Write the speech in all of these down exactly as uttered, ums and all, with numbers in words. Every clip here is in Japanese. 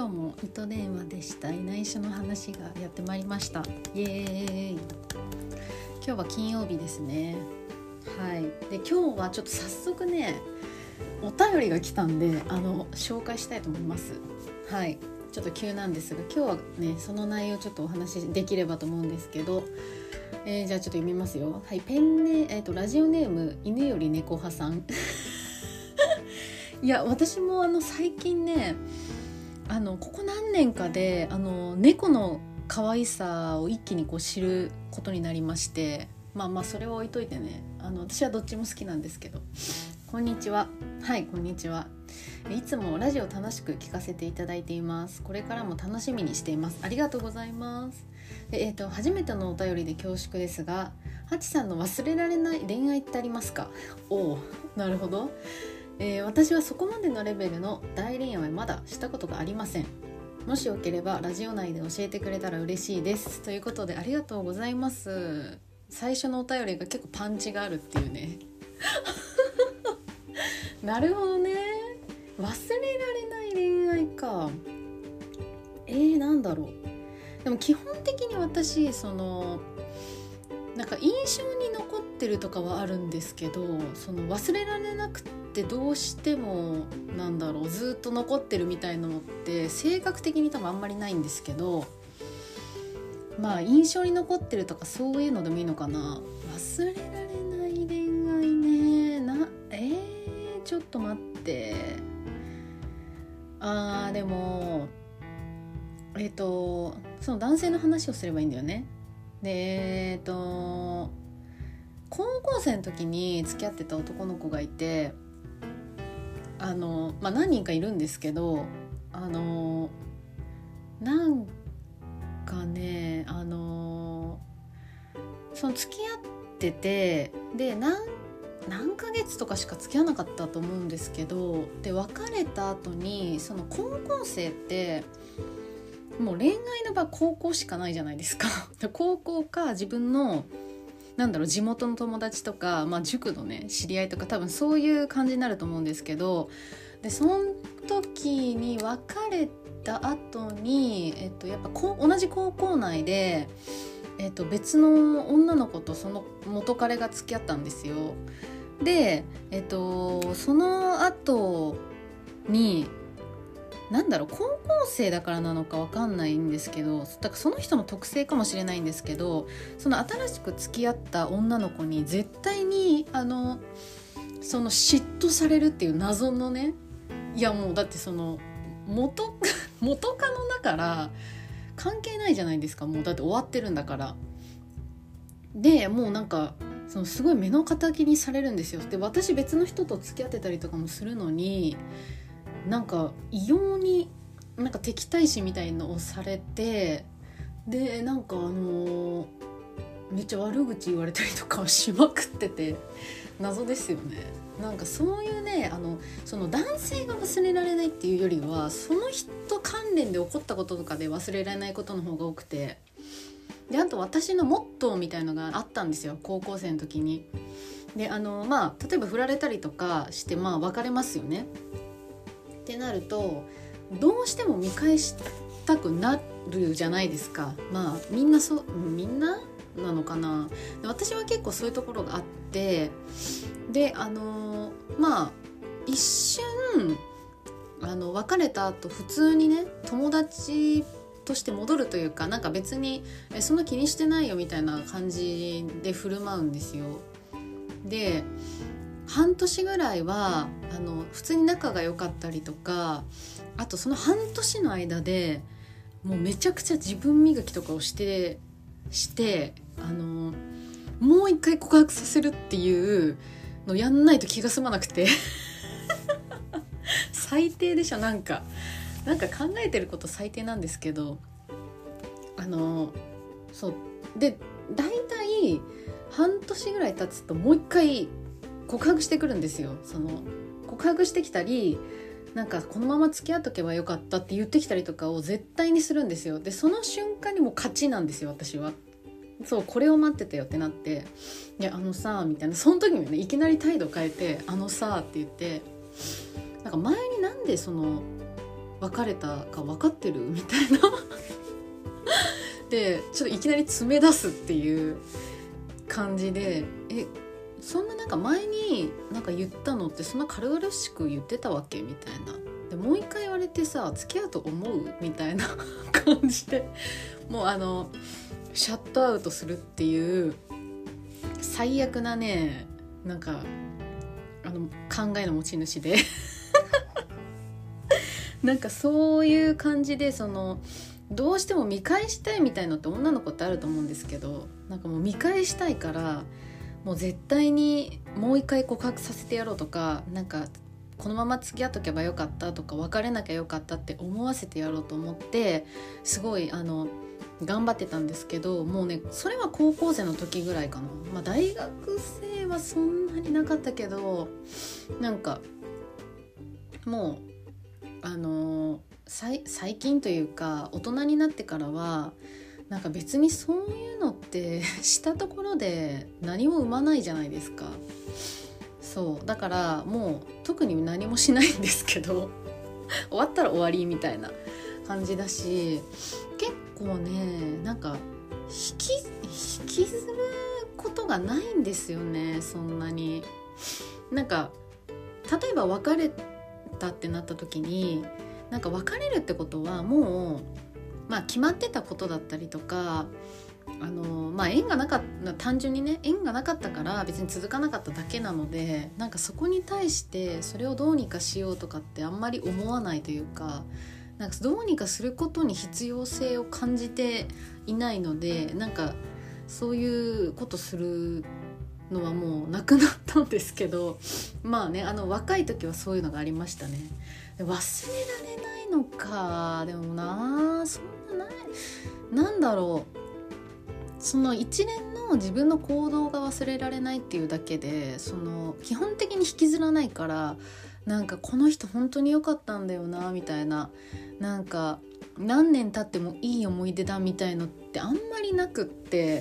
今日も糸電話でしたい内緒の話がやってまいりました。イエーイ。今日は金曜日ですね。はい。で今日はちょっと早速ねお便りが来たんであの紹介したいと思います。はい。ちょっと急なんですが今日はねその内容ちょっとお話しできればと思うんですけど、えー、じゃあちょっと読みますよ。はい。ペンネ、えーと、ラジオネーム犬より猫派さんいや私もあの最近ねあのここ何年かであの猫の可愛さを一気にこう知ることになりまして、まあまあそれは置いといてね、あの私はどっちも好きなんですけど。こんにちは。はいこんにちは。いつもラジオ楽しく聞かせていただいています。これからも楽しみにしています。ありがとうございます。で、えーと、初めてのお便りで恐縮ですが、ハチさんの忘れられない恋愛ってありますか？おお、なるほど。えー、私はそこまでのレベルの大恋愛はまだしたことがありません。もしよければラジオ内で教えてくれたら嬉しいです。ということでありがとうございます。最初のお便りが結構パンチがあるっていうねなるほどね。忘れられない恋愛か。えー、なんだろう。でも基本的に私そのなんか印象に残ってるとかはあるんですけど、その忘れられなくてどうしてもなんだろうずっと残ってるみたいなのって性格的に多分あんまりないんですけど、まあ印象に残ってるとかそういうのでもいいのかな。忘れられない恋愛ねなえー、ちょっと待ってあーでもえっとその男性の話をすればいいんだよね。でえっと高校生の時に付き合ってた男の子がいて、あの、まあ、何人かいるんですけど、あのなんかねあのその付き合っててで何何ヶ月とかしか付き合わなかったと思うんですけど、で別れた後にその高校生ってもう恋愛の場高校しかないじゃないですか高校か自分のなんだろう地元の友達とか、まあ、塾のね知り合いとか多分そういう感じになると思うんですけど、でその時に別れた後に、えっと、やっぱこ同じ高校内で、えっと、別の女の子とその元彼が付き合ったんですよ。で、えっと、その後になんだろう高校生だからなのか分かんないんですけど、だからその人の特性かもしれないんですけど、その新しく付き合った女の子に絶対にあのその嫉妬されるっていう謎のね、いやもうだってその元元カノだから関係ないじゃないですか。もうだって終わってるんだから。でもうなんかそのすごい目の敵にされるんですよ。で私別の人と付き合ってたりとかもするのになんか異様になんか敵対視みたいのをされて、でなんかあのー、めっちゃ悪口言われたりとかしまくってて謎ですよね。なんかそういうねあのその男性が忘れられないっていうよりはその人関連で起こったこととかで忘れられないことの方が多くて、であと私のモットーみたいのがあったんですよ高校生の時に。であのまあ例えば振られたりとかしてまあ別れますよねってなるとどうしても見返したくなるじゃないですか。まあみんなそうみんななのかな。私は結構そういうところがあって、であのまあ一瞬あの別れた後普通にね友達として戻るというか、なんか別にえそんな気にしてないよみたいな感じで振る舞うんですよ。で半年ぐらいはあの普通に仲が良かったりとか、あとその半年の間でもうめちゃくちゃ自分磨きとかをしてしてあのもう一回告白させるっていうのやんないと気が済まなくて最低でしょ。なんかなんか考えてること最低なんですけど、あのそうでだいたい半年ぐらい経つともう一回告白してくるんですよ。その告白してきたりなんかこのまま付き合っとけばよかったって言ってきたりとかを絶対にするんですよ。でその瞬間にもう勝ちなんですよ私は。そうこれを待ってたよってなって、いやあのさみたいな、その時にねいきなり態度変えてあのさって言って、なんか前になんでその別れたか分かってるみたいなでちょっといきなり詰め出すっていう感じで、えそんななんか前になんか言ったのってそんな軽々しく言ってたわけみたいな。でもう一回言われてさ付き合うと思うみたいな感じでもうあのシャットアウトするっていう最悪なねなんかあの考えの持ち主でなんかそういう感じでそのどうしても見返したいみたいのって女の子ってあると思うんですけど、なんかもう見返したいからもう絶対にもう一回告白させてやろうとか、なんかこのまま付き合っとけばよかったとか別れなきゃよかったって思わせてやろうと思ってすごいあの頑張ってたんですけど、もうねそれは高校生の時ぐらいかな、まあ、大学生はそんなになかったけどなんかもうあの最近というか大人になってからはなんか別にそういうのってしたところで何も生まないじゃないですか。そうだからもう特に何もしないんですけど終わったら終わりみたいな感じだし、結構ねなんか引き引きずることがないんですよね。そんなになんか例えば別れたってなった時になんか別れるってことはもう、まあ、決まってたことだったりとかあの、まあ、縁がなかった単純にね縁がなかったから別に続かなかっただけなので、なんかそこに対してそれをどうにかしようとかってあんまり思わないというか、なんかどうにかすることに必要性を感じていないので、なんかそういうことするのはもうなくなったんですけど、まあねあの若い時はそういうのがありましたね。忘れられないのか、でもなそんなないなんだろう、その一連の自分の行動が忘れられないっていうだけで、その基本的に引きずらないから、なんかこの人本当に良かったんだよなみたいな、なんか何年経ってもいい思い出だみたいのってあんまりなくって、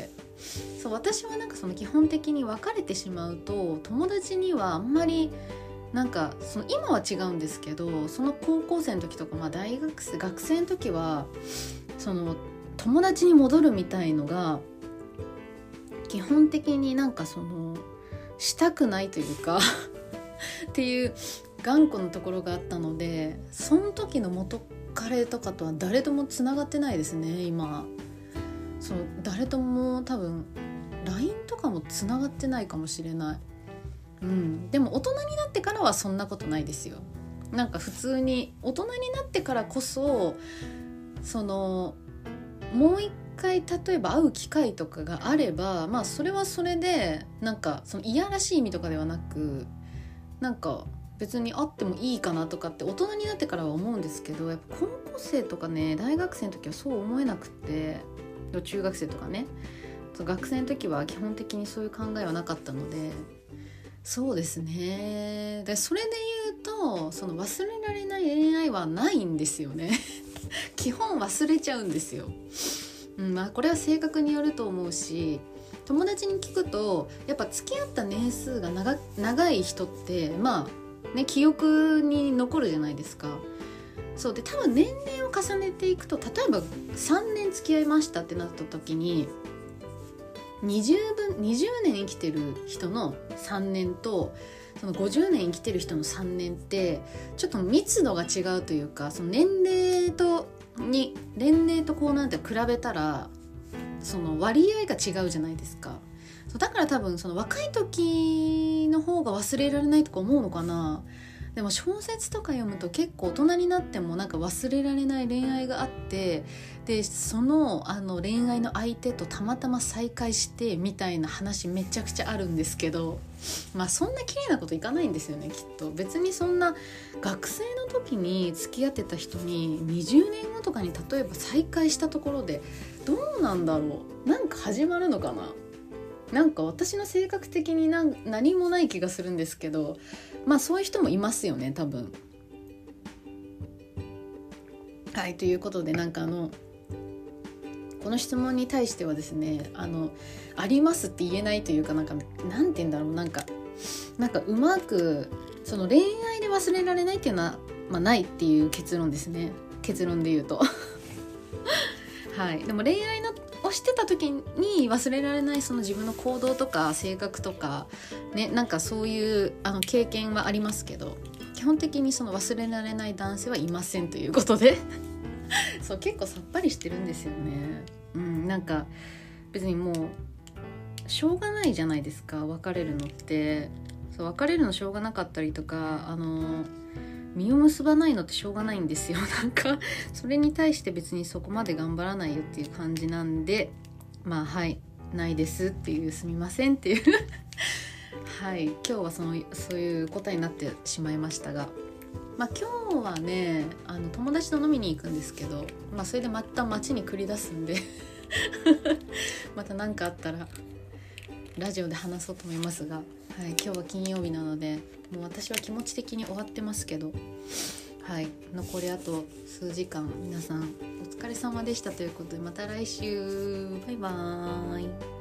そう私はなんかその基本的に別れてしまうと友達にはあんまりなんかその今は違うんですけど、その高校生の時とか、まあ、大学生学生の時はその友達に戻るみたいのが基本的になんかそのしたくないというかっていう頑固なところがあったので、その時の元彼とかとは誰ともつながってないですね。今そう誰とも多分 ライン とかもつながってないかもしれない。うん、でも大人になってからはそんなことないですよ。なんか普通に大人になってからこそそのもう一回例えば会う機会とかがあれば、まあそれはそれでなんかそのいやらしい意味とかではなく、なんか別に会ってもいいかなとかって大人になってからは思うんですけど、やっぱ高校生とかね大学生の時はそう思えなくて、中学生とかね学生の時は基本的にそういう考えはなかったので、そうですね。でそれで言うとその忘れられない恋愛はないんですよね基本忘れちゃうんですよ、うんまあ、これは性格によると思うし、友達に聞くとやっぱ付き合った年数が 長, 長い人ってまあね記憶に残るじゃないですか。そうで多分年齢を重ねていくと、例えばさんねん付き合いましたってなった時ににじゅうぶんにじゅうねん生きてる人のさんねんとそのごじゅうねん生きてる人のさんねんってちょっと密度が違うというか、その年齢とに年齢とこうなんて比べたらその割合が違うじゃないですか。そうだから多分その若い時の方が忘れられないとか思うのかな。でも小説とか読むと結構大人になってもなんか忘れられない恋愛があって、でその、あの恋愛の相手とたまたま再会してみたいな話めちゃくちゃあるんですけど、まあそんな綺麗なこといかないんですよねきっと。別にそんな学生の時に付き合ってた人ににじゅうねんごとかに例えば再会したところでどうなんだろう、なんか始まるのかな。なんか私の性格的に何、何もない気がするんですけど、まあそういう人もいますよね多分。はいということで、なんかあのこの質問に対してはですね、あのありますって言えないというか、なんかなんて言うんだろう、なんかなんかうまくその恋愛で忘れられないっていうのはまあ、ないっていう結論ですね。結論で言うとはい、でも恋愛のをしてた時に忘れられないその自分の行動とか性格とかね、なんかそういうあの経験はありますけど、基本的にその忘れられない男性はいませんということでそう結構さっぱりしてるんですよね。うん、なんか別にもうしょうがないじゃないですか、別れるのって。そう別れるのしょうがなかったりとか、あの実を結ばないのってしょうがないんですよ。なんかそれに対して別にそこまで頑張らないよっていう感じなんで、まあはいないですっていう、すみませんっていうはい今日はそのそういう答えになってしまいましたが、まあ今日はねあの友達と飲みに行くんですけど、まあそれでまた街に繰り出すんでまた何かあったらラジオで話そうと思いますが、はい、今日は金曜日なのでもう私は気持ち的に終わってますけど、はい、残りあと数時間皆さんお疲れ様でしたということで、また来週バイバーイ。